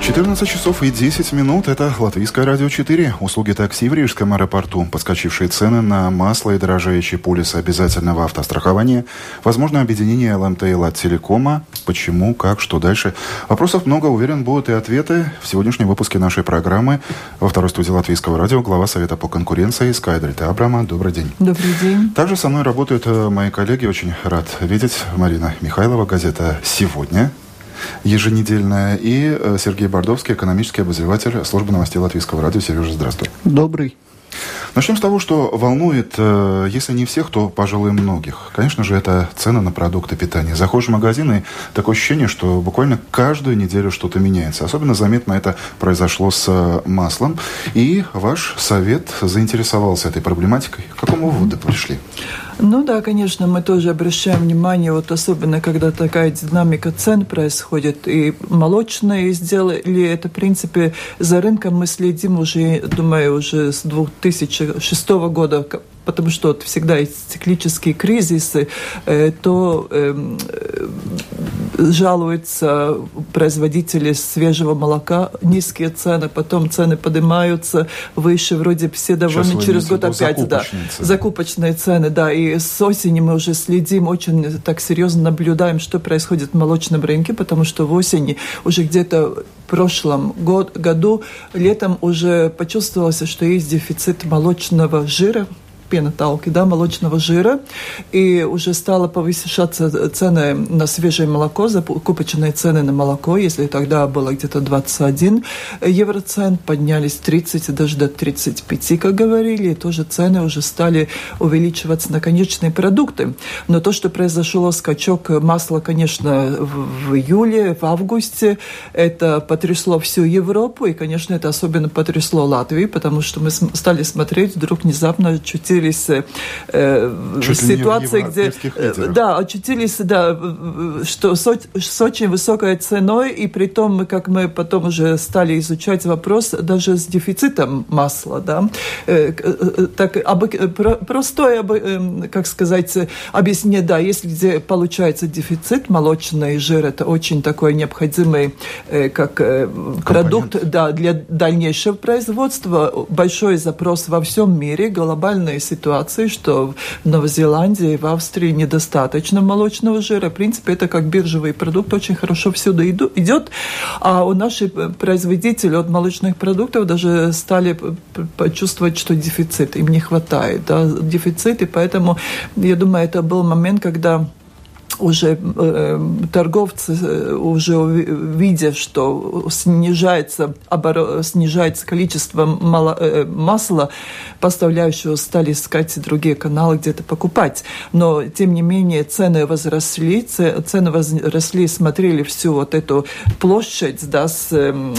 14 часов и 10 минут. Это Латвийское радио 4. Услуги такси в Рижском аэропорту. Подскочившие цены на масло и дорожающие полисы обязательного автострахования. Возможно, объединение ЛМТ и Латтелекома. Почему, как, что дальше? Вопросов много, уверен, будут и ответы. В сегодняшнем выпуске нашей программы во второй студии Латвийского радио глава Совета по конкуренции Скайдрите Абрама. Добрый день. Добрый день. Также со мной работают мои коллеги. Очень рад видеть. Марина Михайлова, газета «Сегодня», еженедельная, и Сергей Бордовский, экономический обозреватель службы новостей Латвийского радио. Сережа, здравствуй. Добрый. Начнем с того, что волнует, если не всех, то, пожалуй, многих. Конечно же, это цены на продукты питания. Заходишь в магазин, и такое ощущение, что буквально каждую неделю что-то меняется. Особенно заметно это произошло с маслом. И ваш совет заинтересовался этой проблематикой. К какому выводу пришли? Ну да, конечно, мы тоже обращаем внимание, вот особенно когда такая динамика цен происходит, и молочные изделия, это, в принципе, за рынком мы следим уже, думаю, уже с 2006 года, потому что вот всегда есть циклические кризисы, то жалуются производители свежего молока, низкие цены, потом цены поднимаются выше, вроде все довольны, через год опять, да, закупочные цены, да, и с осени мы уже следим, очень так серьезно наблюдаем, что происходит в молочном рынке, потому что в осени уже где-то в прошлом году летом уже почувствовалось, что есть дефицит молочного жира, пеноталки, да, молочного жира, и уже стало повышаться цены на свежее молоко, закупочные цены на молоко, если тогда было где-то 21 евроцент, поднялись 30, даже до 35, как говорили, и тоже цены уже стали увеличиваться на конечные продукты. Но то, что произошел скачок масла, конечно, в июле, в августе, это потрясло всю Европу, и, конечно, это особенно потрясло Латвию, потому что мы стали смотреть, вдруг внезапно очутились в ситуации, где очутились, что с очень высокой ценой, и при том, как мы потом уже стали изучать вопрос, даже с дефицитом масла, да, так простое, как сказать, объяснение, да, если где получается дефицит, молочный жир, это очень такой необходимый как продукт, да, для дальнейшего производства, большой запрос во всем мире, глобальные ситуации, что в Новой Зеландии и в Австрии недостаточно молочного жира. В принципе, это как биржевый продукт, очень хорошо всюду идет. А у наших производителей от молочных продуктов даже стали почувствовать, что дефицит, им не хватает. Да, дефицит, и поэтому, я думаю, это был момент, когда уже торговцы, уже видя, что снижается количество масла поставляющего, стали искать другие каналы, где-то покупать. Но, тем не менее, цены возросли, смотрели всю вот эту площадь, да, с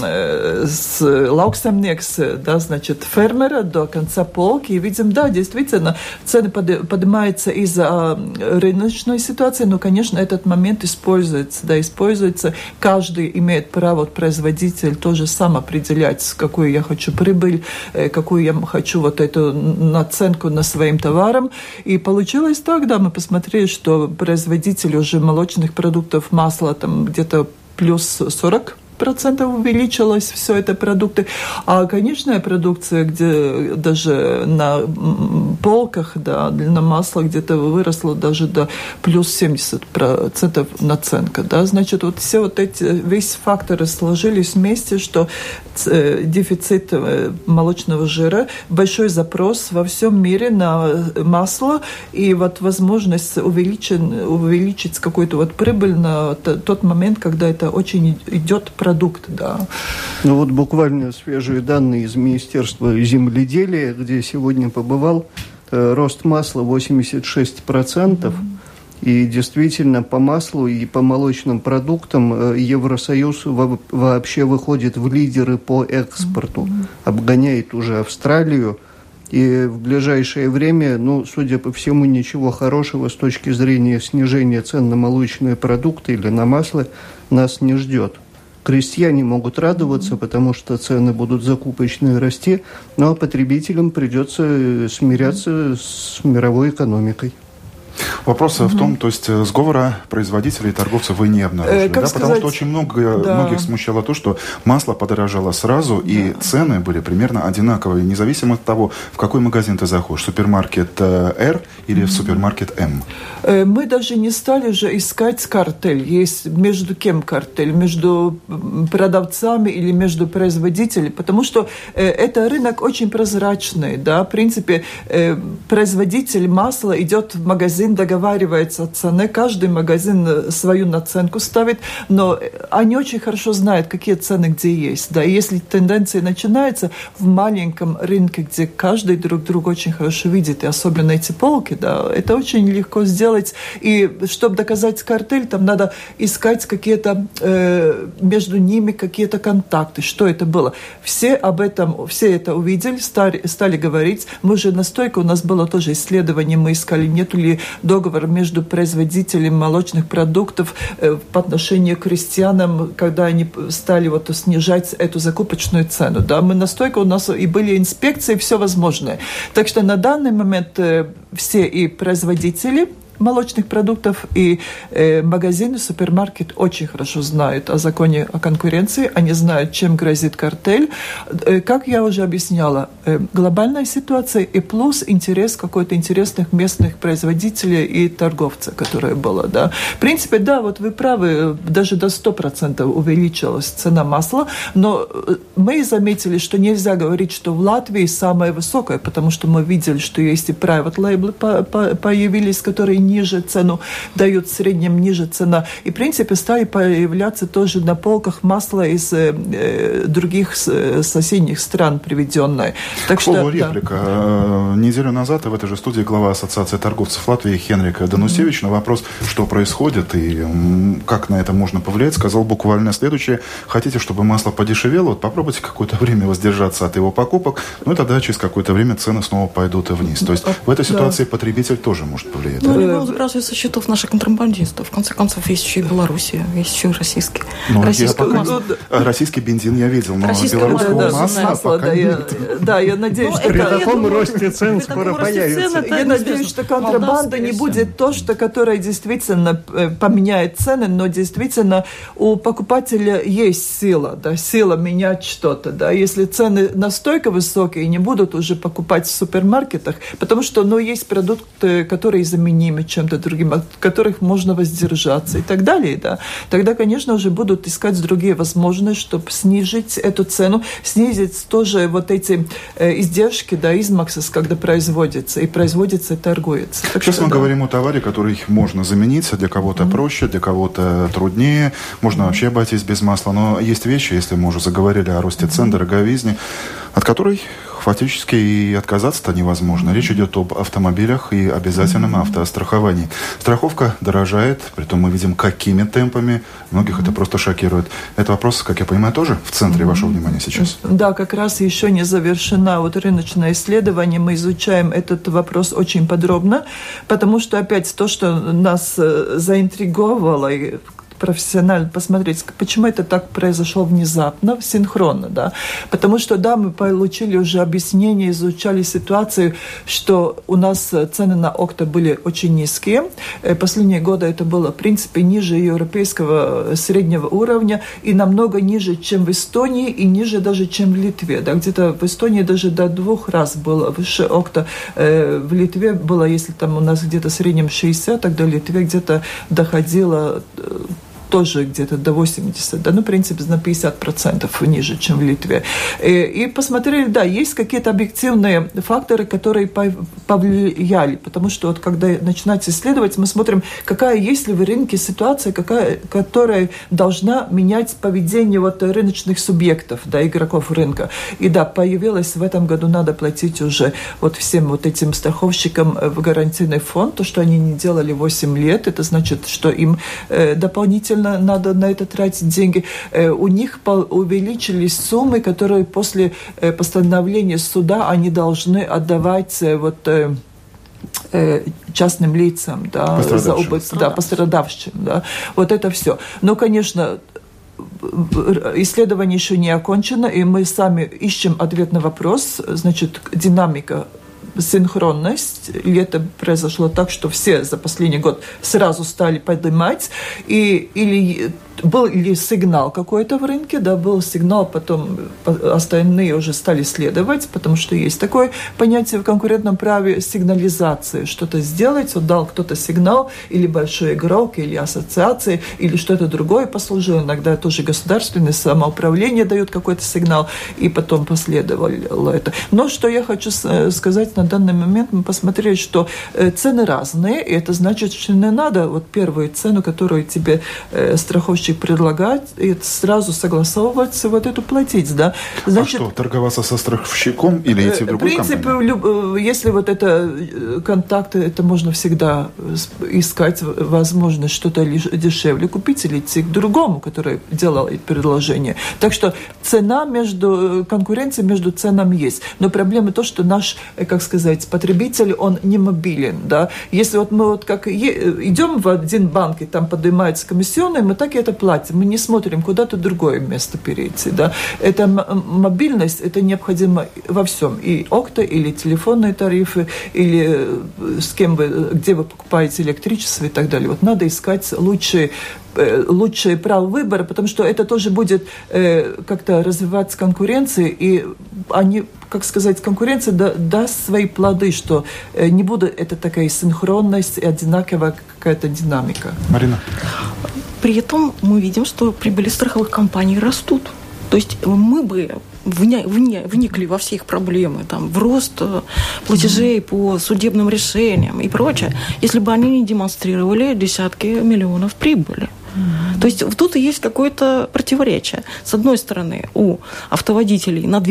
лауксамниекс, да, значит, фермера до конца полки, и видим, да, действительно, цены поднимаются из-за рыночной ситуации, но, конечно, этот момент используется. Каждый имеет право, производитель тоже сам определять, какую я хочу прибыль, какую я хочу вот эту наценку на своим товарам. И получилось так, да, мы посмотрели, что производитель уже молочных продуктов, масла там где-то плюс 40% увеличилось все это продукты. А конечная продукция, где даже на полках, да, на масло где-то выросла даже до плюс 70% наценка. Да. Значит, вот все вот эти весь факторы сложились вместе, что дефицит молочного жира, большой запрос во всем мире на масло, и вот возможность увеличить какую-то вот прибыль на тот момент, когда это очень идет продукт, да. Ну вот буквально свежие данные из Министерства земледелия, где сегодня побывал, рост масла 86%. И действительно по маслу и по молочным продуктам Евросоюз вообще выходит в лидеры по экспорту, обгоняет уже Австралию. И в ближайшее время, судя по всему, ничего хорошего с точки зрения снижения цен на молочные продукты или на масло нас не ждет. Крестьяне могут радоваться, потому что цены будут закупочные расти, но потребителям придется смиряться с мировой экономикой. Вопрос в том, то есть сговора производителей и торговцев вы не обнаружили, да? Потому что очень многих смущало то, что масло подорожало сразу, и цены были примерно одинаковые, независимо от того, в какой магазин ты заходишь, супермаркет R или в супермаркет M. Мы даже не стали же искать картель. Есть между кем картель? Между продавцами или между производителями? Потому что это рынок очень прозрачный, да, в принципе, производитель масла идет в магазин, договаривается о цене, каждый магазин свою наценку ставит, но они очень хорошо знают, какие цены где есть, да, и если тенденция начинается в маленьком рынке, где каждый друг друга очень хорошо видит, и особенно эти полки, да, это очень легко сделать, и чтобы доказать картель, там надо искать какие-то между ними какие-то контакты, что это было. Все это увидели, стали говорить. Мы же настолько, у нас было тоже исследование, мы искали, нет ли договора между производителями молочных продуктов по отношению к крестьянам, когда они стали снижать эту закупочную цену. Да? Мы настолько, у нас и были инспекции, все возможное. Так что на данный момент все и производители молочных продуктов и магазины, супермаркет очень хорошо знают о законе о конкуренции, они знают, чем грозит картель. Как я уже объясняла, глобальная ситуация и плюс интерес какой-то интересных местных производителей и торговцев, которое было. Да. В принципе, да, вот вы правы, даже до 100% увеличилась цена масла, но мы заметили, что нельзя говорить, что в Латвии самая высокая, потому что мы видели, что есть и private label появились, которые ниже цену дают, в среднем ниже цена. И, в принципе, стали появляться тоже на полках масло из других соседних стран приведенное. Так к слову, реплика. Да. Неделю назад в этой же студии глава Ассоциации торговцев Латвии Хенрик Данусевич на вопрос, что происходит и как на это можно повлиять, сказал буквально следующее. Хотите, чтобы масло подешевело? Вот попробуйте какое-то время воздержаться от его покупок, ну и тогда через какое-то время цены снова пойдут вниз. То есть в этой ситуации потребитель тоже может повлиять. Он сбрасывает со счетов наших контрабандистов. В конце концов, есть еще и Белоруссия, есть еще и российский. Российский бензин я видел, но белорусского масла пока нет. Да, я надеюсь, что при таком росте цен скоро появится. Я надеюсь, что контрабанда не будет то, что которое действительно поменяет цены, но действительно у покупателя есть сила, да, сила менять что-то, да. Если цены настолько высокие, не будут уже покупать в супермаркетах, потому что, есть продукты, которые заменимы чем-то другим, от которых можно воздержаться и так далее, да. Тогда, конечно, уже будут искать другие возможности, чтобы снизить эту цену, снизить тоже вот эти издержки, да, измаксис, когда производится и торгуется. Так сейчас мы говорим о товаре, который можно заменить, для кого-то проще, для кого-то труднее, можно вообще обойтись без масла, но есть вещи, если мы уже заговорили о росте цен, дороговизне, от которой фактически и отказаться-то невозможно. Речь идет об автомобилях и обязательном автостраховании. Страховка дорожает, притом мы видим, какими темпами. Многих это просто шокирует. Это вопрос, как я понимаю, тоже в центре вашего внимания сейчас. Да, как раз еще не завершено рыночное исследование. Мы изучаем этот вопрос очень подробно, потому что опять то, что нас заинтриговало, профессионально посмотреть, почему это так произошло внезапно, синхронно, да. Потому что, да, мы получили уже объяснение, изучали ситуацию, что у нас цены на окта были очень низкие. Последние годы это было, в принципе, ниже европейского среднего уровня и намного ниже, чем в Эстонии, и ниже даже, чем в Литве. Да. Где-то в Эстонии даже до 2 раз было выше окта. В Литве было, если там у нас где-то в среднем 60, тогда в Литве где-то доходило тоже где-то до 80, да, в принципе, на 50% ниже, чем в Литве. И посмотрели, да, есть какие-то объективные факторы, которые повлияли, потому что когда начинать исследовать, мы смотрим, какая есть ли в рынке ситуация, которая должна менять поведение рыночных субъектов, да, игроков рынка. И да, появилось в этом году, надо платить уже всем этим страховщикам в гарантийный фонд, то, что они не делали 8 лет, это значит, что им дополнительно надо на это тратить деньги. У них увеличились суммы, которые после постановления суда они должны отдавать частным лицам, да, за пострадавшим. Да. Вот это все. Но, конечно, исследование еще не окончено, и мы сами ищем ответ на вопрос, значит, динамика синхронность, и это произошло так, что все за последний год сразу стали поднимать, или был ли сигнал какой-то в рынке, да, был сигнал, потом остальные уже стали следовать, потому что есть такое понятие в конкурентном праве сигнализации, что-то сделать, вот дал кто-то сигнал, или большой игрок, или ассоциации, или что-то другое послужило, иногда тоже государственное самоуправление дает какой-то сигнал, и потом последовало это. Но что я хочу сказать на данный момент, мы посмотрели, что цены разные, и это значит, что не надо вот первую цену, которую тебе страховщик предлагает, и сразу согласовываться, вот эту платить, да. Значит, а что, торговаться со страховщиком или идти в другую компанию? В принципе, если вот это контакты, это можно всегда искать возможность что-то дешевле купить или идти к другому, который делал предложение. Так что конкуренция между ценами есть. Но проблема то, что наш, как сказать, потребитель, он не мобилен, да. Если вот мы вот как идем в один банк, и там поднимаются комиссионные, мы так и это платим. Мы не смотрим куда-то другое место перейти, да. Это мобильность, это необходимо во всем. И окта, или телефонные тарифы, или где вы покупаете электричество и так далее. Вот надо искать лучшие право выбора, потому что это тоже будет как-то развиваться конкуренция, и они, как сказать, конкуренция даст свои плоды, что не будет это такая синхронность и одинаковая какая-то динамика. Марина? При этом мы видим, что прибыли страховых компаний растут. То есть мы бы вникли во все их проблемы, там, в рост платежей по судебным решениям и прочее, если бы они не демонстрировали десятки миллионов прибыли. То есть тут есть какое-то противоречие. С одной стороны, у автоводителей на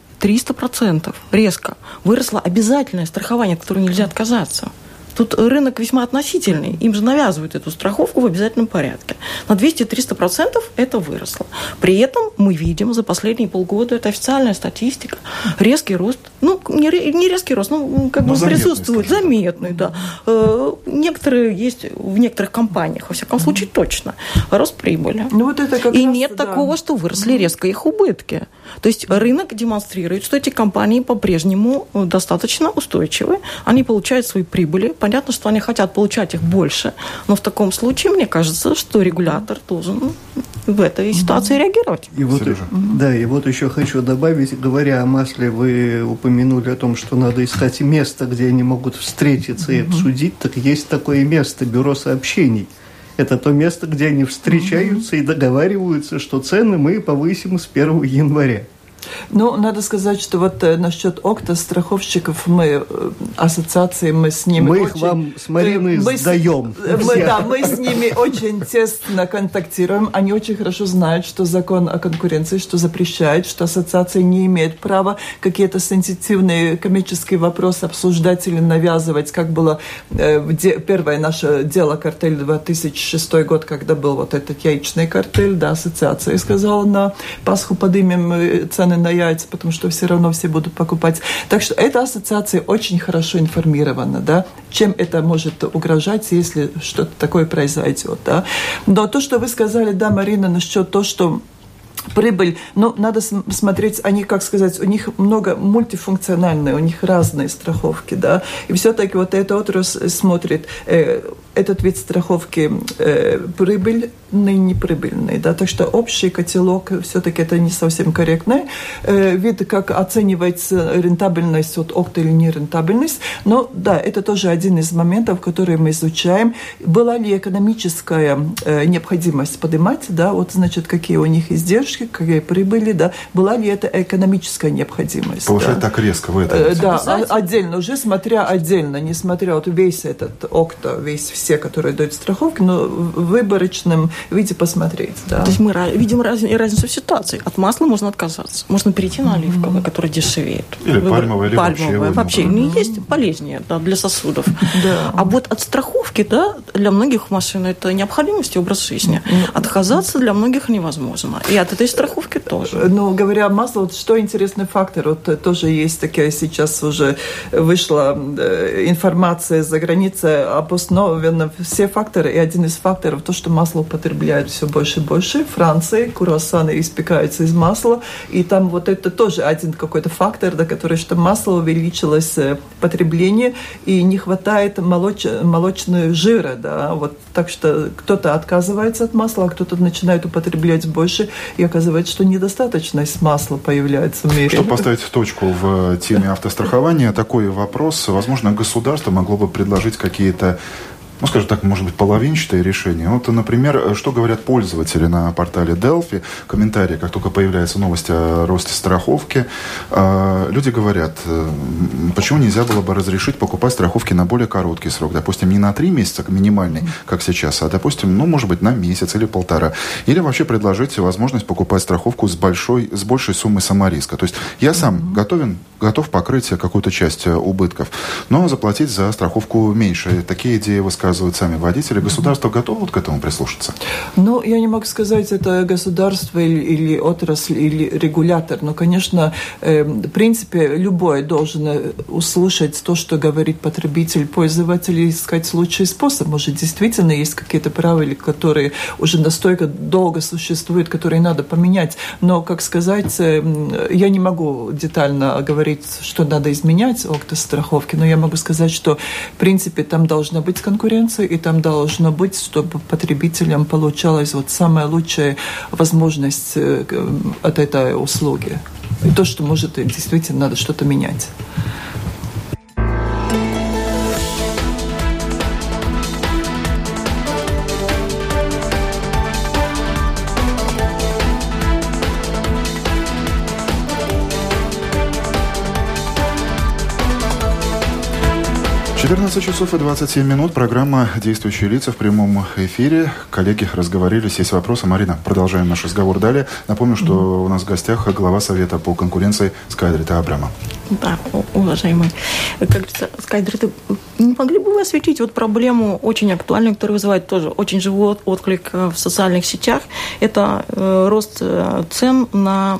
200-300% резко выросло обязательное страхование, от которого нельзя отказаться. Тут рынок весьма относительный. Им же навязывают эту страховку в обязательном порядке. На 200-300% это выросло. При этом мы видим за последние полгода, это официальная статистика, резкий рост. Ну, не резкий рост, как бы присутствует. Заметный, да. Некоторые есть в некоторых компаниях, во всяком случае, точно. Рост прибыли. Ну, вот это и нет такого, что выросли резко их убытки. То есть рынок демонстрирует, что эти компании по-прежнему достаточно устойчивы. Они получают свои прибыли. Понятно, что они хотят получать их больше, но в таком случае, мне кажется, что регулятор должен в этой ситуации реагировать. И вот, и вот еще хочу добавить, говоря о масле, вы упомянули о том, что надо искать место, где они могут встретиться и обсудить. Так есть такое место, бюро сообщений. Это то место, где они встречаются и договариваются, что цены мы повысим с 1 января. Ну, надо сказать, что вот насчет окта страховщиков ассоциации, мы с ними мы их вам с Мариной сдаем. Мы с ними очень тесно контактируем. Они очень хорошо знают, что закон о конкуренции, что запрещает, что ассоциация не имеет права какие-то сенситивные коммерческие вопросы обсуждать или навязывать, как было первое наше дело картель 2006 год, когда был вот этот яичный картель, да, ассоциация сказала, на Пасху поднимем цены на яйца, потому что все равно все будут покупать. Так что эта ассоциация очень хорошо информирована, да, чем это может угрожать, если что-то такое произойдет, да. Но то, что вы сказали, да, Марина, насчет того, что прибыль, надо смотреть, они, как сказать, у них много мультифункциональные, у них разные страховки, да, и все-таки вот эта отрасль смотрит этот вид страховки прибыльный, неприбыльный, да, так что общий котелок все-таки это не совсем корректный вид, как оценивается рентабельность от окта или нерентабельность, но да, это тоже один из моментов, которые мы изучаем. Была ли экономическая необходимость поднимать, да, вот, значит, какие у них издержки, какие прибыли, да, была ли это экономическая необходимость. Повышать да. Так резко в этом. Да, отдельно, уже смотря отдельно, не смотря вот весь этот окта, все, которые дают страховки, но в выборочном виде посмотреть. Да. То есть мы видим разницу в ситуации. От масла можно отказаться. Можно перейти на оливковое, которое дешевеет. Или пальмовое, или вообще. Есть полезнее, да, для сосудов. Да. А вот от страховки, да, для многих машин это необходимость и образ жизни. Отказаться для многих невозможно. И от этой страховки тоже. Ну, говоря о масле, вот что интересный фактор, вот тоже есть такая, сейчас уже вышла информация за границей обусловлена на все факторы, и один из факторов то, что масло употребляют все больше и больше. В Франции круассаны испекаются из масла, и там вот это тоже один какой-то фактор, да, который, что масло увеличилось потребление, и не хватает молочного жира, да, вот, так что кто-то отказывается от масла, а кто-то начинает употреблять больше, и оказывается, что недостаточность масла появляется в мире. Чтобы поставить точку в теме автострахования, такой вопрос. Возможно, государство могло бы предложить какие-то, ну, скажем так, может быть, половинчатые решения. Вот, например, что говорят пользователи на портале Delphi, комментарии, как только появляется новость о росте страховки, люди говорят, почему нельзя было бы разрешить покупать страховки на более короткий срок, допустим, не на 3 месяца минимальный, как сейчас, а, допустим, ну, может быть, на месяц или 1,5. Или вообще предложить возможность покупать страховку с большей суммой самориска. То есть я сам готов покрыть какую-то часть убытков, но заплатить за страховку меньше. Такие идеи высказывают сами водители. Государство готово вот к этому прислушаться? Ну, я не могу сказать, это государство или отрасль, или регулятор. Но, конечно, в принципе, любой должен услышать то, что говорит потребитель, пользователь, и искать лучший способ. Может, действительно есть какие-то правила, которые уже настолько долго существуют, которые надо поменять. Но, как сказать, я не могу детально говорить, что надо изменять в автостраховке, но я могу сказать, что, в принципе, там должна быть конкуренция, и там должно быть, чтобы потребителям получалась вот самая лучшая возможность от этой услуги. И то, что, может, действительно надо что-то менять. «14 часов и 27 минут». Программа «Действующие лица» в прямом эфире. Коллеги разговорились. Есть вопросы. Марина, продолжаем наш разговор далее. Напомню, что у нас в гостях глава Совета по конкуренции Скайдрита Абрама. Да, уважаемый. Как говорится, Скайдрита, не могли бы вы осветить вот проблему очень актуальную, которая вызывает тоже очень живой отклик в социальных сетях? Это рост цен на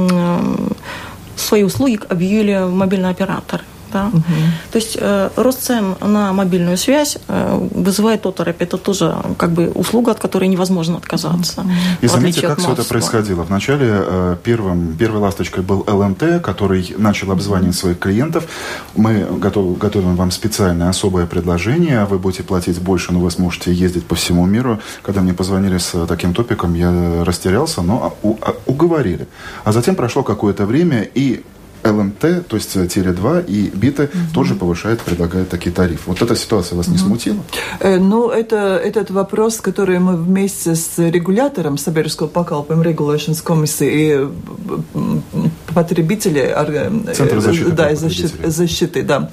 свои услуги объявили мобильные операторы. Да? То есть рост цен на мобильную связь вызывает оторопь. Это тоже как бы услуга, от которой невозможно отказаться. И заметьте, как все это происходило. Вначале первой ласточкой был ЛМТ, который начал обзванивать своих клиентов. Мы готовим вам специальное особое предложение. Вы будете платить больше, но вы сможете ездить по всему миру. Когда мне позвонили с таким топиком, я растерялся, но уговорили. А затем прошло какое-то время, и ЛМТ, то есть Теле2 и Биты тоже повышают, предлагают такие тарифы. Вот эта ситуация вас не смутила? Ну, это этот вопрос, который мы вместе с регулятором Sabiedrisko pakalpojumu Regulēšanas комиссии и потребителей, Центр защиты, да.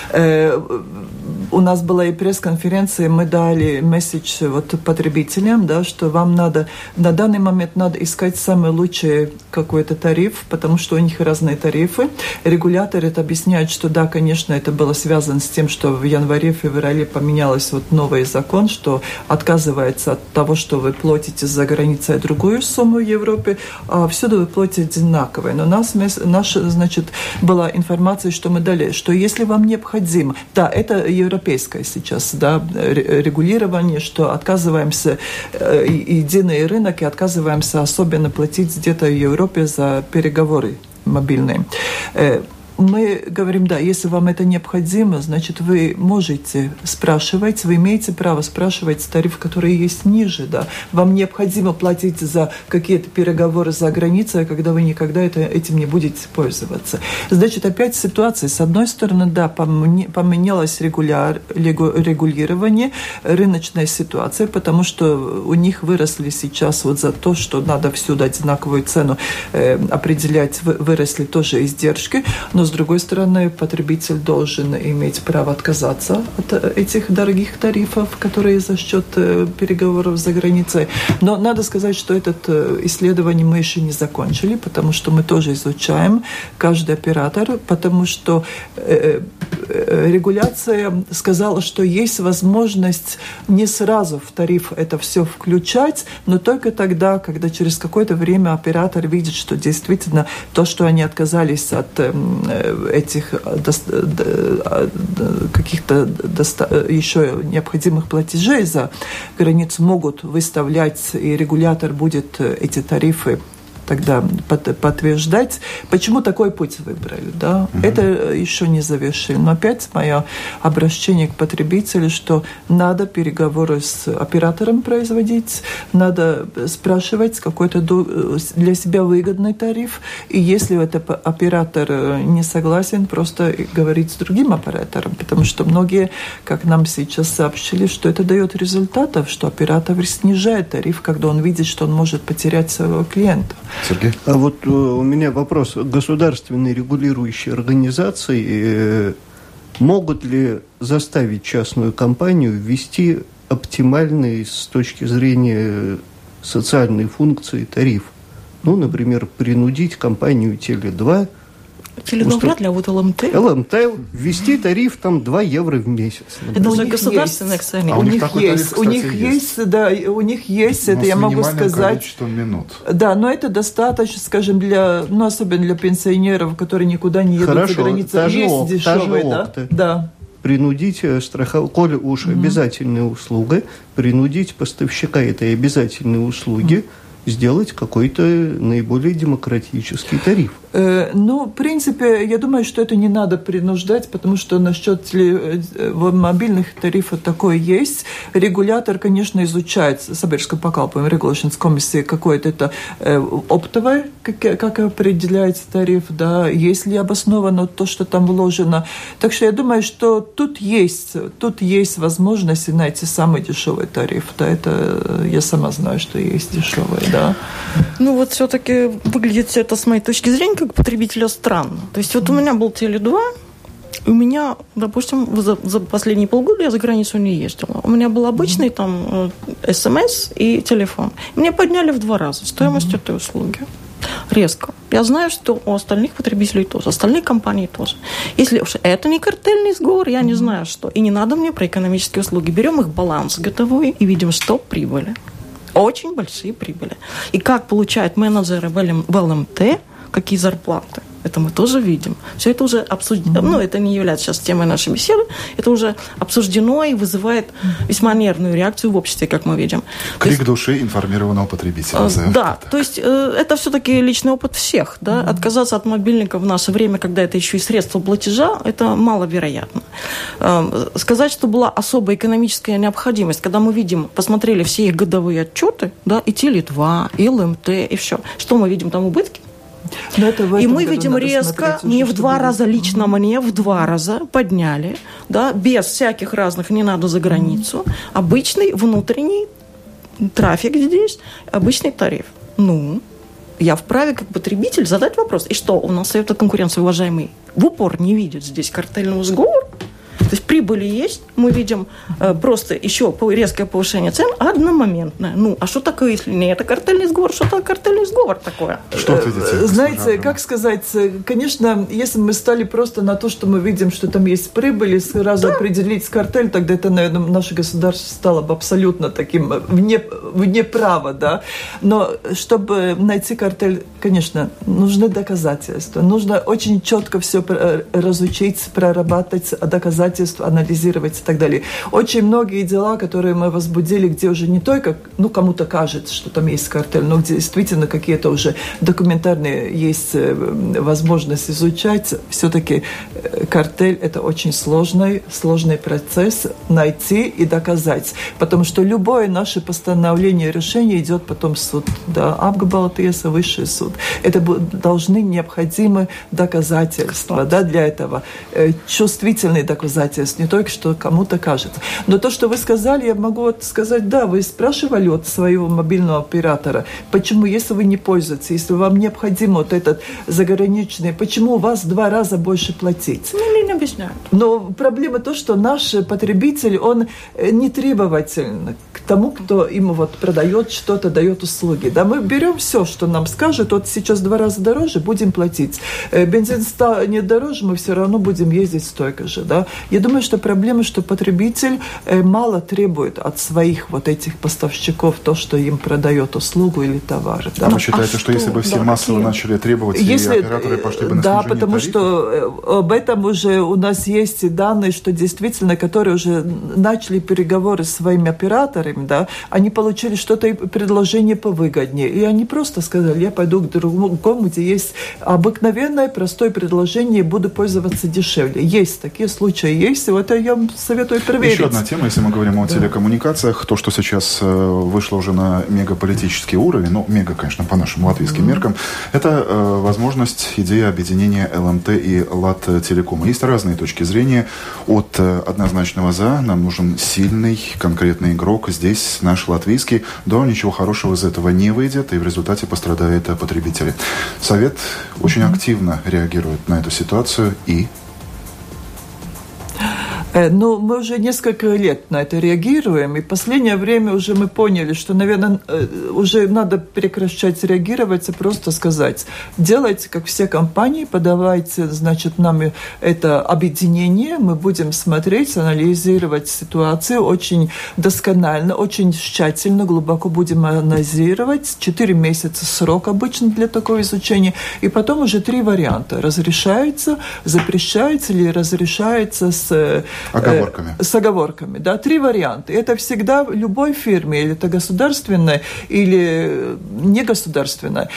У нас была и пресс-конференция, мы дали месседж вот потребителям, да, что вам надо, на данный момент надо искать самый лучший какой-то тариф, потому что у них разные тарифы. Регулятор это объясняет, что да, конечно, это было связано с тем, что в январе-феврале поменялся вот новый закон, что отказывается от того, что вы платите за границей другую сумму в Европе, а всюду вы платите одинаковое. Но наша, значит, была информация, что мы дали, что если вам необходимо, да, это европейское сейчас, да, регулирование, что отказываемся, единый рынок, и отказываемся особенно платить где-то в Европе за переговоры мобильные. Мы говорим, да, если вам это необходимо, значит, вы можете спрашивать, вы имеете право спрашивать тариф, который есть ниже, да. Вам необходимо платить за какие-то переговоры за границей, когда вы никогда этим не будете пользоваться. Значит, опять ситуация. С одной стороны, да, поменялось регулирование, рыночная ситуация, потому что у них выросли сейчас вот за то, что надо всюду одинаковую цену определять, выросли тоже издержки, но с другой стороны, потребитель должен иметь право отказаться от этих дорогих тарифов, которые за счет переговоров за границей. Но надо сказать, что это исследование мы еще не закончили, потому что мы тоже изучаем каждый оператор, потому что регуляция сказала, что есть возможность не сразу в тариф это все включать, но только тогда, когда через какое-то время оператор видит, что действительно то, что они отказались от этих каких-то еще необходимых платежей за границу могут выставлять, и регулятор будет эти тарифы тогда подтверждать, почему такой путь выбрали. Да? Это еще не завершили. Но опять мое обращение к потребителю, что надо переговоры с оператором производить, надо спрашивать какой-то для себя выгодный тариф, и если этот оператор не согласен, просто говорить с другим оператором, потому что многие, как нам сейчас сообщили, что это дает результатов, что оператор снижает тариф, когда он видит, что он может потерять своего клиента. Сергей? А вот у меня вопрос. Государственные регулирующие организации могут ли заставить частную компанию ввести оптимальный с точки зрения социальной функции тариф? Ну, например, принудить компанию Теле2 вряд ли, а вот ЛМТ ввести тариф там 2 евро в месяц. Это уже государственное акционерное. А у них такой тариф, кстати, у них есть, да, у них есть, это я могу сказать. Минут. Да, но это достаточно, скажем, особенно для пенсионеров, которые никуда не едут за границу. Есть дешевые, да. Принудить коли уж обязательная услуга, принудить поставщика этой обязательной услуги сделать какой-то наиболее демократический тариф. В принципе, я думаю, что это не надо принуждать, потому что насчет мобильных тарифов такое есть. Регулятор, конечно, изучает Sabiedrisko pakalpojumu regulēšanas комиссии какое-то это оптовое, как определяется тариф, да, есть ли обосновано то, что там вложено. Так что я думаю, что тут есть возможность найти самый дешевый тариф. Да, это я сама знаю, что есть дешевый, да. Ну вот все-таки выглядит все это с моей точки зрения как потребителя странно. То есть вот у меня был Теле2, у меня, допустим, за последние полгода я за границу не ездила. У меня был обычный там СМС и телефон. Мне подняли в 2 раза стоимость этой услуги. Резко. Я знаю, что у остальных потребителей тоже, остальные компании тоже. Если уж это не картельный сговор, я не знаю что. И не надо мне про экономические услуги. Берем их баланс годовой и видим, что прибыли. Очень большие прибыли. И как получают менеджеры в ЛМТ, какие зарплаты. Это мы тоже видим. Все это уже обсуждено. Это не является сейчас темой нашей беседы. Это уже обсуждено и вызывает весьма нервную реакцию в обществе, как мы видим. Крик души информированного потребителя. Да, то есть это все-таки личный опыт всех. Да? Отказаться от мобильника в наше время, когда это еще и средство платежа, это маловероятно. Сказать, что была особая экономическая необходимость, когда мы видим, посмотрели все их годовые отчеты, да, и Теле2, и ЛМТ, и все. Что мы видим там убытки? И мы видим резко, мне в 2 раза, лично мне в 2 раза подняли, да, без всяких разных, не надо за границу, обычный внутренний трафик здесь, обычный тариф. Я вправе как потребитель задать вопрос. И что, у нас Совет конкуренции, уважаемый, в упор не видит здесь картельного сговора? То есть прибыли есть, мы видим просто еще резкое повышение цен одномоментное. А что такое, если не это картельный сговор, что это картельный сговор такое? Что ответите? Знаете, как сказать, конечно, если мы стали просто на то, что мы видим, что там есть прибыль, и сразу определить картель, тогда это, наверное, наше государство стало бы абсолютно таким вне права, да. Но чтобы найти картель, конечно, нужны доказательства. Нужно очень четко все разучить, прорабатывать доказательства, анализировать и так далее. Очень многие дела, которые мы возбудили, где уже не только, кому-то кажется, что там есть картель, но где действительно какие-то уже документарные есть возможность изучать. Все-таки картель – это очень сложный процесс найти и доказать. Потому что любое наше постановление, решение идет потом в суд. Да, Апгабалтиеса, высший суд. Это должны необходимы доказательства, да, для этого. Чувствительные доказательства. Не только, что кому-то кажется. Но то, что вы сказали, я могу сказать, да, вы спрашивали от своего мобильного оператора, почему, если вы не пользуетесь, если вам необходимо вот этот заграничный, почему у вас в 2 раза больше платить? Не объясняют. Но проблема то, что наш потребитель, он не требовательный к тому, кто им вот продает что-то, дает услуги. Да, мы берем все, что нам скажет, вот сейчас 2 раза дороже, будем платить. Бензин станет дороже, мы все равно будем ездить столько же. Да. Я думаю, что проблема, что потребитель мало требует от своих вот этих поставщиков то, что им продает услугу или товар. Да. Вы считаете, что если бы все массово начали требовать, и операторы пошли бы на снижение тарифов? Да, потому что об этом уже у нас есть данные, что действительно, которые уже начали переговоры с своими операторами, да, они получили что-то, предложение повыгоднее. И они просто сказали, я пойду к другому, где есть обыкновенное, простое предложение, буду пользоваться дешевле. Есть такие случаи, есть. Вот это я вам советую проверить. Еще одна тема, если мы говорим о телекоммуникациях, то, что сейчас вышло уже на мегаполитический уровень, ну, мега, конечно, по нашим латвийским меркам, это возможность, идея объединения ЛМТ и Латтелекома. Есть разные точки зрения. От однозначного «за», нам нужен сильный, конкретный игрок, здесь наш латвийский, до ничего хорошего из этого не выйдет, и в результате пострадают потребители. Совет очень активно реагирует на эту ситуацию и... Ну, мы уже несколько лет на это реагируем, и в последнее время уже мы поняли, что, наверное, уже надо прекращать реагировать и просто сказать, делайте, как все компании, подавайте, значит, нам это объединение, мы будем смотреть, анализировать ситуацию очень досконально, очень тщательно, глубоко будем анализировать. 4 месяца срок обычно для такого изучения, и потом уже 3 варианта. Разрешается, запрещается или разрешается с оговорками. Да, 3 варианта. Это всегда в любой фирме, или это государственная, или негосударственная.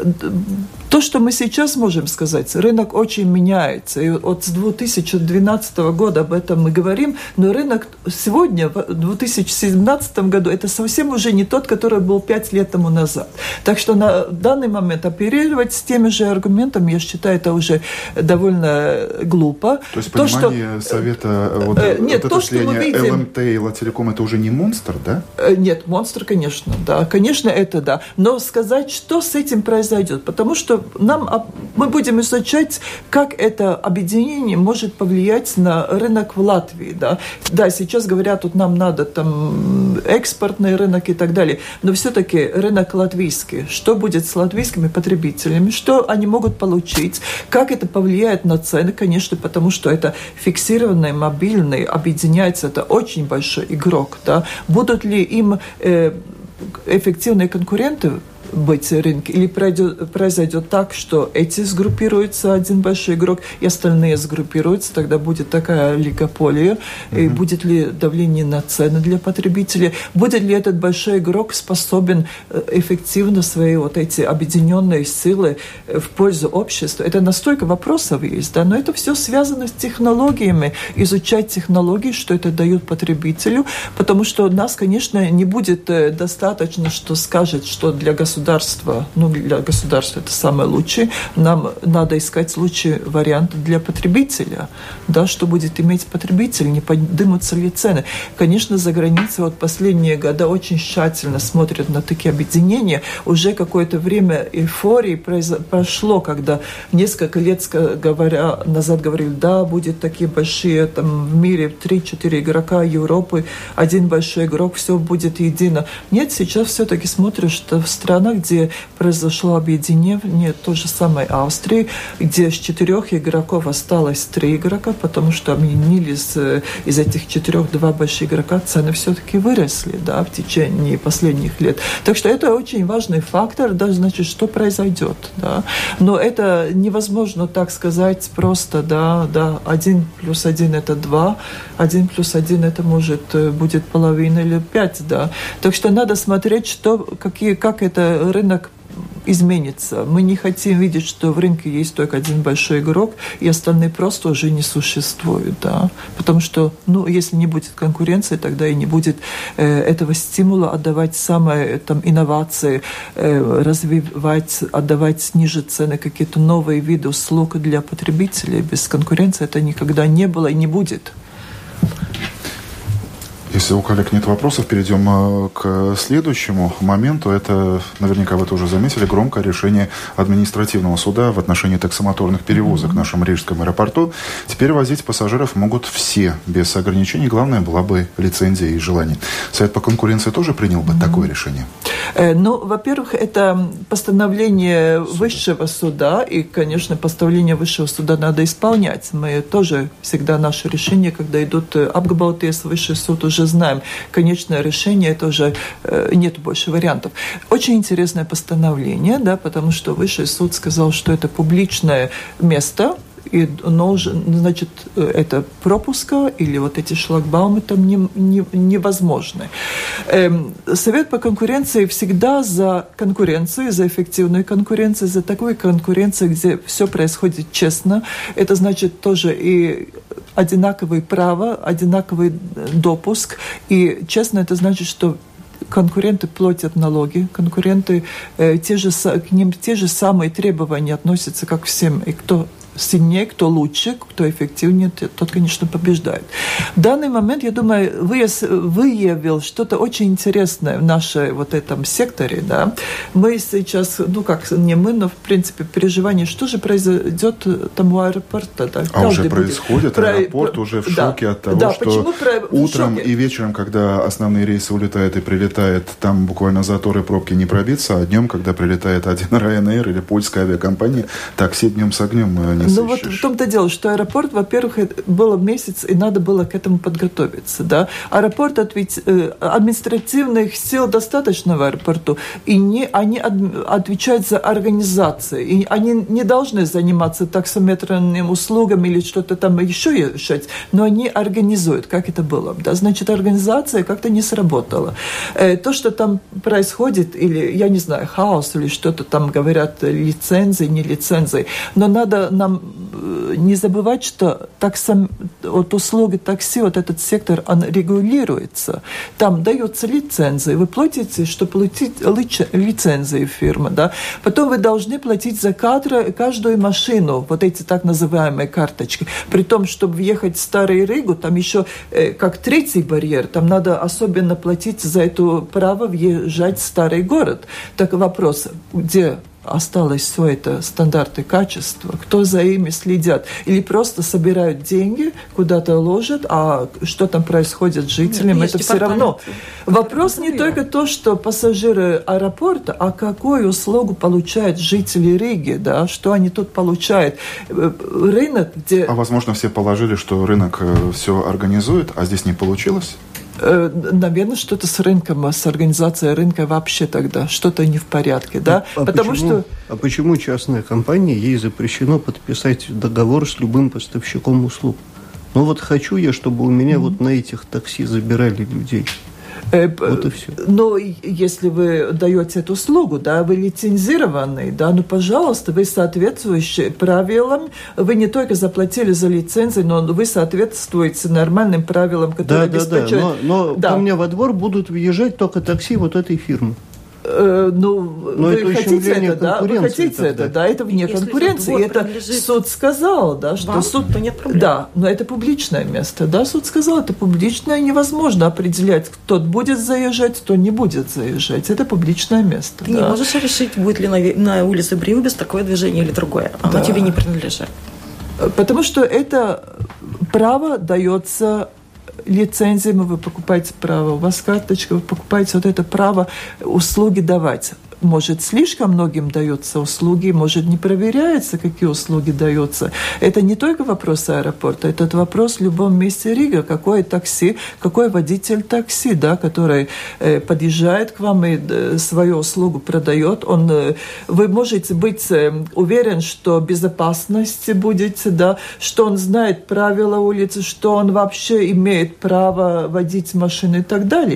То, что мы сейчас можем сказать, рынок очень меняется. И вот с 2012 года об этом мы говорим, но рынок сегодня, в 2017 году, это совсем уже не тот, который был 5 лет тому назад. Так что на данный момент оперировать с теми же аргументами, я считаю, это уже довольно глупо. То есть понимание совета, нет, то, что мы видим... ЛМТ и Латтелеком, это уже не монстр, да? Нет, монстр, конечно, да. Конечно, это да. Но сказать, что с этим произойдет, потому что мы будем изучать, как это объединение может повлиять на рынок в Латвии. Да, да, сейчас говорят, тут нам надо там экспортный рынок и так далее, но все-таки рынок латвийский. Что будет с латвийскими потребителями? Что они могут получить? Как это повлияет на цены? Конечно, потому что это фиксированный, мобильный, объединяется, это очень большой игрок. Да? Будут ли им эффективные конкуренты быть в рынке, или произойдет так, что эти сгруппируются, один большой игрок, и остальные сгруппируются, тогда будет такая олигополия, и будет ли давление на цены для потребителей, будет ли этот большой игрок способен эффективно свои вот эти объединенные силы в пользу общества. Это настолько вопросов есть, да, но это все связано с технологиями, изучать технологии, что это дает потребителю, потому что нас, конечно, не будет достаточно, что скажет, что для государства, для государства это самое лучшее, нам надо искать лучший вариант для потребителя, да, что будет иметь потребитель, не поднимутся ли цены. Конечно, за границей вот последние годы очень тщательно смотрят на такие объединения. Уже какое-то время эйфории прошло, когда несколько лет назад говорили, да, будет такие большие, там в мире 3-4 игрока Европы, один большой игрок, все будет едино. Нет, сейчас все-таки смотришь, что в странах, где произошло объединение, то же самое Австрии, где с 4 игроков осталось 3 игрока, потому что объединились из этих 4 2 больших игрока, цены все-таки выросли, да, в течение последних лет. Так что это очень важный фактор, да, значит, что произойдет, да. Но это невозможно так сказать просто, да, 1 + 1 это 2, 1 + 1 это может будет половина или 5, да. Так что надо смотреть, как это рынок изменится. Мы не хотим видеть, что в рынке есть только один большой игрок, и остальные просто уже не существуют. Да? Потому что, если не будет конкуренции, тогда и не будет этого стимула отдавать самые инновации, развивать, отдавать ниже цены, какие-то новые виды услуг для потребителей. Без конкуренции это никогда не было и не будет. Если у коллег нет вопросов, перейдем к следующему моменту. Это, наверняка вы тоже заметили, громкое решение административного суда в отношении таксомоторных перевозок в нашем Рижском аэропорту. Теперь возить пассажиров могут все, без ограничений. Главное, была бы лицензия и желание. Совет по конкуренции тоже принял бы такое решение? Ну, во-первых, это постановление Высшего суда, и, конечно, постановление Высшего суда надо исполнять. Мы тоже всегда наши решения, когда идут апгабалтиес, Высший суд, уже знаем. Конечное решение, это уже нет больше вариантов. Очень интересное постановление, да, потому что Высший суд сказал, что это публичное место, и, значит, это пропуска или вот эти шлагбаумы там невозможны. Совет по конкуренции всегда за конкуренцию, за эффективную конкуренцию, за такую конкуренцию, где все происходит честно. Это значит тоже и одинаковое право, одинаковый допуск. И честно, это значит, что конкуренты платят налоги, конкуренты, к ним те же самые требования относятся, как всем, и кто сильнее, кто лучше, кто эффективнее, тот, конечно, побеждает. В данный момент, я думаю, выявил что-то очень интересное в нашем вот этом секторе. Да? Мы сейчас, не мы, но в принципе переживание, что же произойдет там у аэропорта. Да? А уже происходит, аэропорт уже в шоке от того, что утром и вечером, когда основные рейсы улетают и прилетают, там буквально заторы, пробки не пробиться, а днем, когда прилетает один Ryanair или польская авиакомпания, такси днем с огнем. Ну вот в том-то дело, что аэропорт, во-первых, было месяц, и надо было к этому подготовиться. Да? Аэропорт, административных сил достаточно в аэропорту, и они отвечают за организацию. И они не должны заниматься таксометрными услугами или что-то там еще решать, но они организуют, как это было. Да? Значит, организация как-то не сработала. То, что там происходит, или, я не знаю, хаос, или что-то там говорят, лицензии, не лицензии, но надо нам не забывать, что услуги такси, вот этот сектор, он регулируется. Там даются лицензии. Вы платите, что платить лицензии фирмы. Да? Потом вы должны платить за каждую машину, вот эти так называемые карточки. При том, чтобы въехать в Старую Ригу, там еще как третий барьер, там надо особенно платить за это право въезжать в старый город. Так вопрос, где осталось все это стандарты качества, кто за ими следят, или просто собирают деньги, куда-то ложат, а что там происходит с жителями, это все равно. Вопрос не только то, что пассажиры аэропорта, а какую услугу получают жители Риги, да, что они тут получают. Рынок, где... А возможно, все положили, что рынок все организует, а здесь не получилось? Наверное, что-то с рынком, с организацией рынка вообще тогда что-то не в порядке, да? Почему частная компания, ей запрещено подписать договор с любым поставщиком услуг? Ну вот хочу я, чтобы у меня вот на этих такси забирали людей. Вот и все. Но если вы даете эту услугу, да, вы лицензированный, да, ну, пожалуйста, вы соответствующие правилам, вы не только заплатили за лицензию, но вы соответствуете нормальным правилам, которые обеспечивают... Но ко мне во двор будут въезжать только такси вот этой фирмы. Вы хотите это, да? Вы хотите это, да? Это вне конкуренции. Это суд сказал, да, что суд... то нет проблем. Да, но это публичное место, да? Суд сказал, это публичное, невозможно определять, кто будет заезжать, кто не будет заезжать. Это публичное место. Ты не можешь решить, будет ли на улице Бриубис такое движение или другое. Оно тебе не принадлежит. Потому что это право дается... лицензиями, вы покупаете право, у вас карточка, вы покупаете вот это право услуги давать. Может, слишком многим даются услуги, может, не проверяется, какие услуги даются. Это не только вопрос аэропорта, это вопрос в любом месте Рига. Какое такси, какой водитель такси, да, который подъезжает к вам и свою услугу продает. Вы можете быть уверен, что безопасность будете, да, что он знает правила улицы, что он вообще имеет право водить машины и так далее.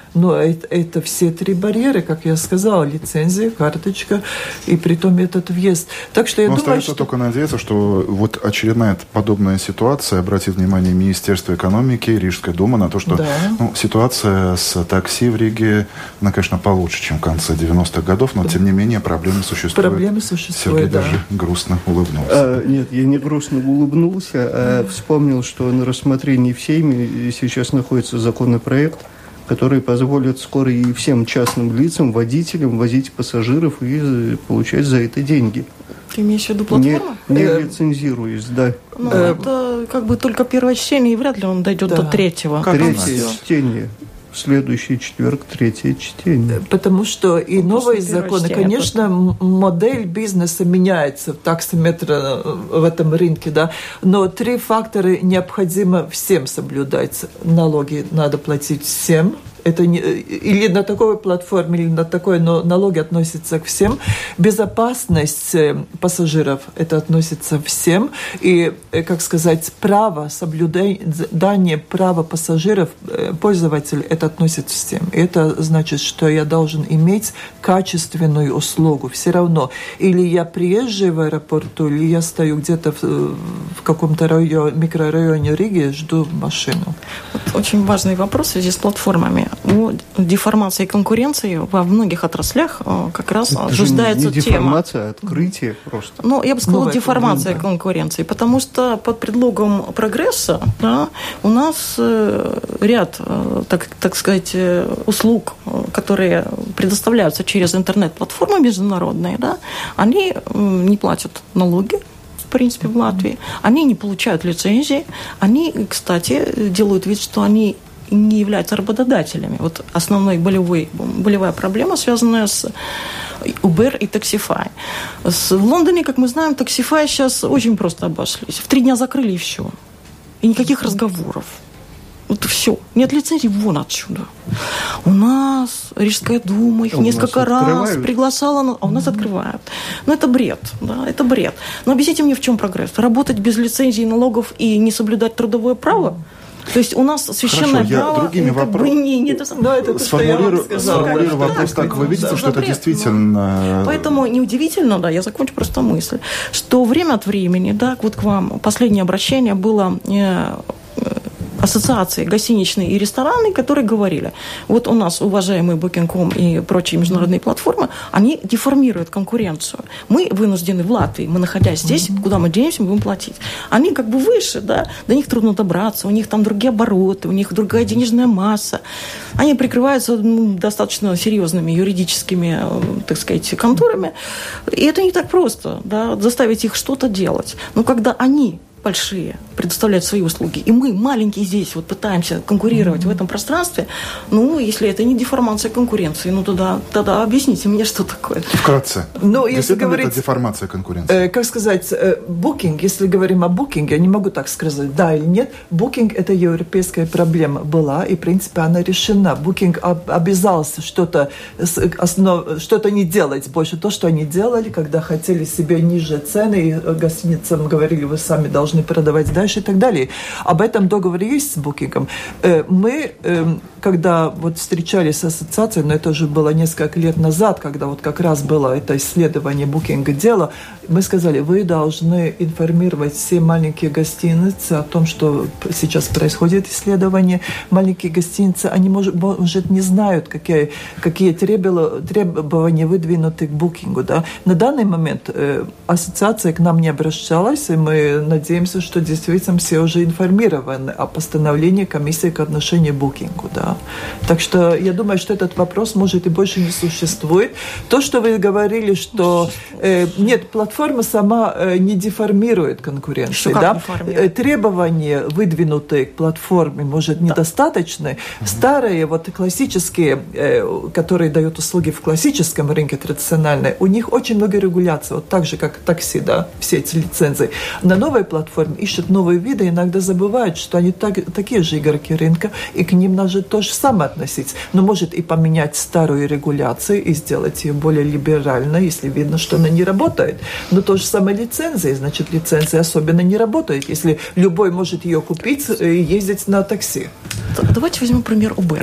Но это все 3 барьеры, как я сказала, лицензия, карточка и притом этот въезд. Так что я думаю, остается только надеяться, что вот очередная подобная ситуация обратит внимание Министерства экономики, Рижская дума на то, что ситуация с такси в Риге, она, конечно, получше, чем в конце 90-х годов, но тем не менее проблемы существуют. Сергей даже грустно улыбнулся. Нет, я не грустно улыбнулся, а вспомнил, что на рассмотрении в Сейме сейчас находится законопроект, который позволит скоро и всем частным лицам, водителям возить пассажиров и получать за это деньги. Ты имеешь в виду платформу? Не лицензируясь, да. Ну, это как бы только первое чтение, и вряд ли он дойдет до 3-го. Третье чтение. В следующий четверг 3-е чтение. Потому что и новые законы, конечно, модель бизнеса меняется в таксометре в этом рынке, да, но 3 фактора необходимо всем соблюдать. Налоги надо платить всем. Это не, или на такой платформе, или на такой, но налоги относятся к всем. Безопасность пассажиров, это относится всем. И, как сказать, право, соблюдание права пассажиров, пользователей, это относится всем. И это значит, что я должен иметь качественную услугу. Все равно. Или я приезжаю в аэропорту, или я стою где-то в каком-то микрорайоне Риги, жду машину. Вот очень важный вопрос в связи с платформами. Деформация конкуренции во многих отраслях как раз ожидается тема. Не деформация, а открытие просто. Ну, я бы сказала, деформация конкуренции, потому что под предлогом прогресса, да, у нас ряд, так сказать, услуг, которые предоставляются через интернет-платформы международные, да, они не платят налоги, в принципе, в Латвии, они не получают лицензии, они, кстати, делают вид, что они не являются работодателями. Вот основная болевая проблема, связанная с Uber и Taxify. В Лондоне, как мы знаем, Taxify сейчас очень просто обошлись. В 3 дня закрыли, и все. И никаких разговоров. Вот все. Нет лицензий, вон отсюда. У нас Рижская дума их несколько раз приглашала, а у нас открывают. Но это бред, да, это бред. Но объясните мне, в чем прогресс? Работать без лицензий, налогов и не соблюдать трудовое право? То есть у нас священное право... Я другими вопросами сформулирую вопрос так. Вы видите, что это действительно... Поэтому неудивительно, да, я закончу просто мысль, что время от времени, да, вот к вам последнее обращение было... ассоциации гостиничные и ресторанные, которые говорили, вот у нас уважаемые Booking.com и прочие международные платформы, они деформируют конкуренцию. Мы вынуждены в Латвии, мы находясь здесь, куда мы денемся, мы будем платить. Они как бы выше, да, до них трудно добраться, у них там другие обороты, у них другая денежная масса. Они прикрываются достаточно серьезными юридическими, так сказать, конторами. И это не так просто, да, заставить их что-то делать. Но когда они большие предоставляют свои услуги, и мы, маленькие, здесь вот пытаемся конкурировать в этом пространстве, ну, если это не деформация конкуренции, ну, тогда объясните мне, что такое. Вкратце. Ну, если говорить... это деформация конкуренции? Как сказать, Booking, если говорим о Booking, я не могу так сказать, да или нет, Booking – это европейская проблема была, и, в принципе, она решена. Booking обязался что-то не делать больше. То, что они делали, когда хотели себе ниже цены, и гостиницам говорили, вы сами должны продавать дальше и так далее. Об этом договор есть с Booking. Мы, когда вот встречались с ассоциацией, но это уже было несколько лет назад, когда вот как раз было это исследование Booking дело, мы сказали, вы должны информировать все маленькие гостиницы о том, что сейчас происходит исследование. Маленькие гостиницы, они, может не знают, какие требования выдвинуты к Booking. Да? На данный момент ассоциация к нам не обращалась, и мы надеемся, что действительно все уже информированы о постановлении комиссии к отношению к Booking. Да? Так что я думаю, что этот вопрос, может, и больше не существует. То, что вы говорили, что нет, платформа сама не деформирует конкуренцию. Да? Требования, выдвинутые к платформе, может, недостаточны. Старые, вот классические, которые дают услуги в классическом рынке традициональной, у них очень много регуляций, вот так же, как такси, да, все эти лицензии. На новой платформе ищут новые виды, иногда забывают, что они такие же игроки рынка, и к ним надо то же самое относиться. Но может и поменять старую регуляцию и сделать ее более либеральной, если видно, что она не работает. Но то же самое лицензия, значит, лицензия особенно не работает, если любой может ее купить и ездить на такси. Давайте возьмем пример Uber.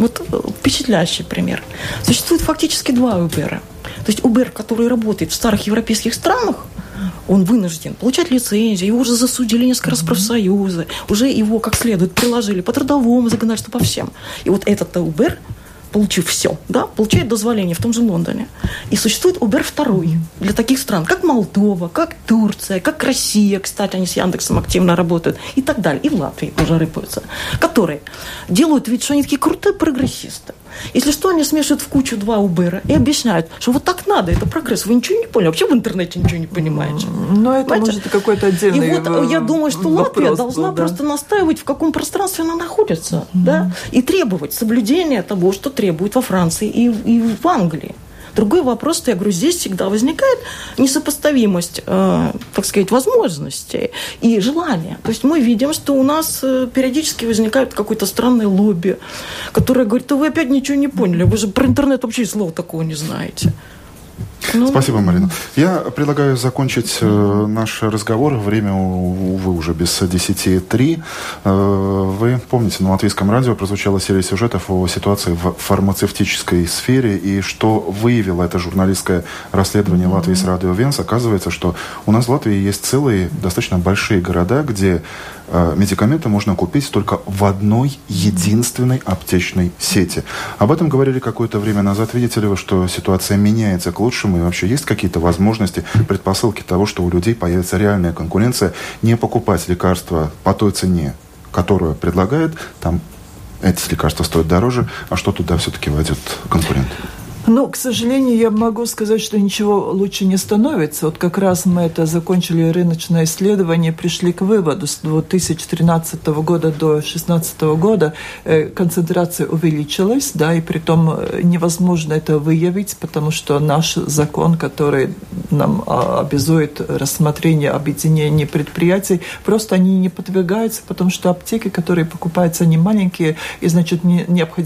Вот впечатляющий пример. Существует фактически два Uber. То есть Uber, который работает в старых европейских странах, он вынужден получать лицензию, его уже засудили несколько раз профсоюзы, уже его как следует приложили по трудовому законодательству, по всем. И вот этот Uber, получив все, да, получает дозволение в том же Лондоне. И существует Uber второй для таких стран, как Молдова, как Турция, как Россия, кстати, они с Яндексом активно работают, и так далее. И в Латвии тоже рыпаются, которые делают вид, что они такие крутые прогрессисты. Если что, они смешивают в кучу два Uber и объясняют, что вот так надо, это прогресс. Вы ничего не поняли, вообще в интернете ничего не понимаете. Но это, понимаете? Может, какой-то отдельный И вот я думаю, что Латвия должна просто настаивать, в каком пространстве она находится, да, и требовать соблюдения того, что требует во Франции и в Англии. Другой вопрос, что я говорю, здесь всегда возникает несопоставимость, так сказать, возможностей и желания. То есть мы видим, что у нас периодически возникает какое-то странное лобби, которое говорит, вы опять ничего не поняли, вы же про интернет вообще слова такого не знаете. Спасибо, Марина. Я предлагаю закончить наш разговор. Время, увы, уже без 10:03. Вы помните, на Латвийском радио прозвучала серия сюжетов о ситуации в фармацевтической сфере и что выявило это журналистское расследование Латвии с радио Венс. Оказывается, что у нас в Латвии есть целые достаточно большие города, где медикаменты можно купить только в одной единственной аптечной сети. Об этом говорили какое-то время назад. Видите ли вы, что ситуация меняется к лучшему, и вообще есть какие-то возможности, предпосылки того, что у людей появится реальная конкуренция, не покупать лекарства по той цене, которую предлагает, там эти лекарства стоят дороже, а что туда все-таки войдет конкурент? Ну, к сожалению, я могу сказать, что ничего лучше не становится. Вот как раз мы это закончили рыночное исследование, пришли к выводу, с 2013 года до 2016 года концентрация увеличилась, да, и притом невозможно это выявить, потому что наш закон, который нам обязует рассмотрение объединения предприятий, просто они не подвигаются, потому что аптеки, которые покупаются, они маленькие, и, значит, нет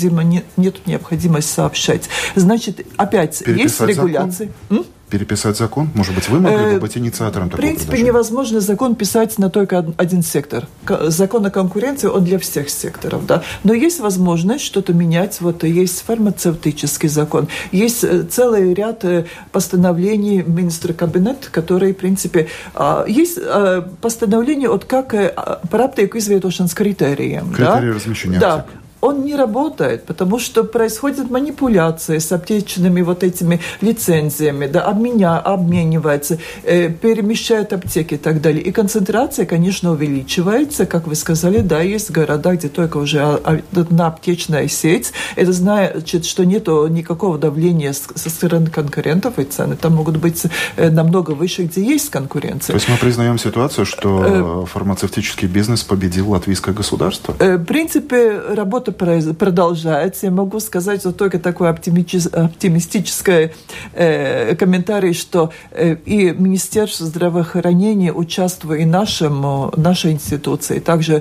необходимости сообщать. Значит, опять есть регуляции. Переписать закон? Может быть, вы могли бы быть инициатором такого? В принципе, невозможно закон писать на только один сектор. Закон о конкуренции, он для всех секторов, да. Но есть возможность что-то менять. Вот есть фармацевтический закон, есть целый ряд постановлений министра кабинета, которые, в принципе, есть постановление, вот как par aptieku izvietošanas kritērijiem. Критерии размещения аптек. Он не работает, потому что происходят манипуляции с аптечными вот этими лицензиями, да, обмениваются, перемещают аптеки и так далее. И концентрация, конечно, увеличивается, как вы сказали, да, есть города, где только уже одна аптечная сеть. Это значит, что нет никакого давления со стороны конкурентов, и цены там могут быть намного выше, где есть конкуренция. То есть мы признаем ситуацию, что фармацевтический бизнес победил латвийское государство? В принципе, работа продолжается. Я могу сказать вот только такой оптимистический комментарий, что и Министерство здравоохранения участвует, и нашей институции, также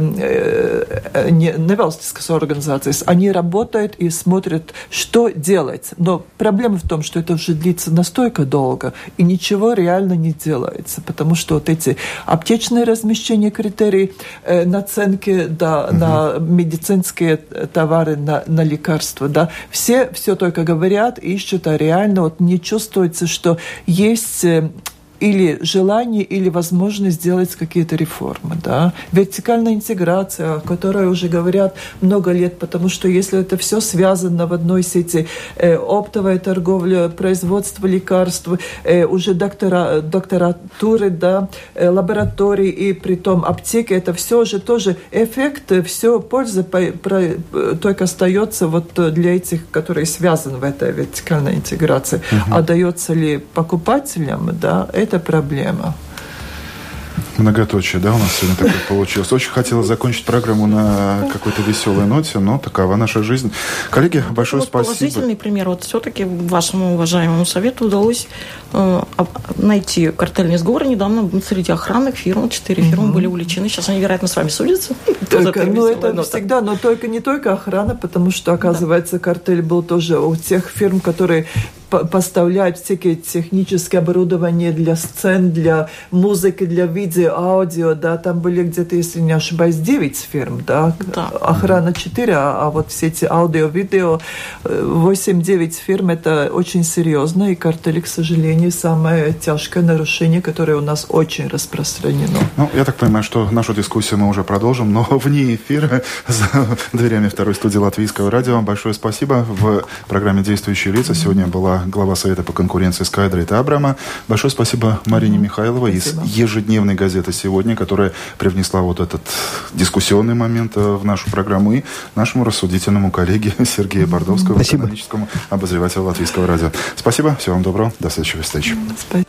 невелстические организации, они работают и смотрят, что делать. Но проблема в том, что это уже длится настолько долго, и ничего реально не делается, потому что вот эти аптечные размещения критерий наценки, да, на медицинские товары, на лекарства, да, все только говорят, ищут, а реально вот не чувствуется, что есть или желание, или возможность сделать какие-то реформы, да. Вертикальная интеграция, о которой уже говорят много лет, потому что если это все связано в одной сети, оптовая торговля, производство лекарств, уже докторатуры, да, лаборатории и притом аптеки, это все уже тоже эффект, все польза только остается вот для этих, которые связаны в этой вертикальной интеграции. А дается ли покупателям, да, это проблема. Многоточие, да, у нас сегодня такое получилось. Очень хотела закончить программу на какой-то веселой ноте, но такова наша жизнь. Коллеги, большое спасибо. Положительный пример. Вот все-таки вашему уважаемому совету удалось найти картельный сговор. Недавно среди охранных фирм 4 фирмы были увлечены. Сейчас они, вероятно, с вами судятся. Это всегда, но не только охрана, потому что, оказывается, картель был тоже у тех фирм, которые поставлять всякие технические оборудования для сцен, для музыки, для видео, аудио, да, там были где-то, если не ошибаюсь, 9 фирм, да, охрана 4, а вот все эти аудио, видео, 8-9 фирм, это очень серьезно, и картели, к сожалению, самое тяжкое нарушение, которое у нас очень распространено. Ну, я так понимаю, что нашу дискуссию мы уже продолжим, но вне эфира, за дверями второй студии Латвийского радио. Большое спасибо. В программе «Действующие лица» сегодня была глава Совета по конкуренции Скайдрита Абрама. Большое спасибо Марине Михайловой из ежедневной газеты «Сегодня», которая привнесла вот этот дискуссионный момент в нашу программу, и нашему рассудительному коллеге Сергею Бардовскому, экономическому обозревателю Латвийского радио. Спасибо, всего вам доброго, до следующей встречи.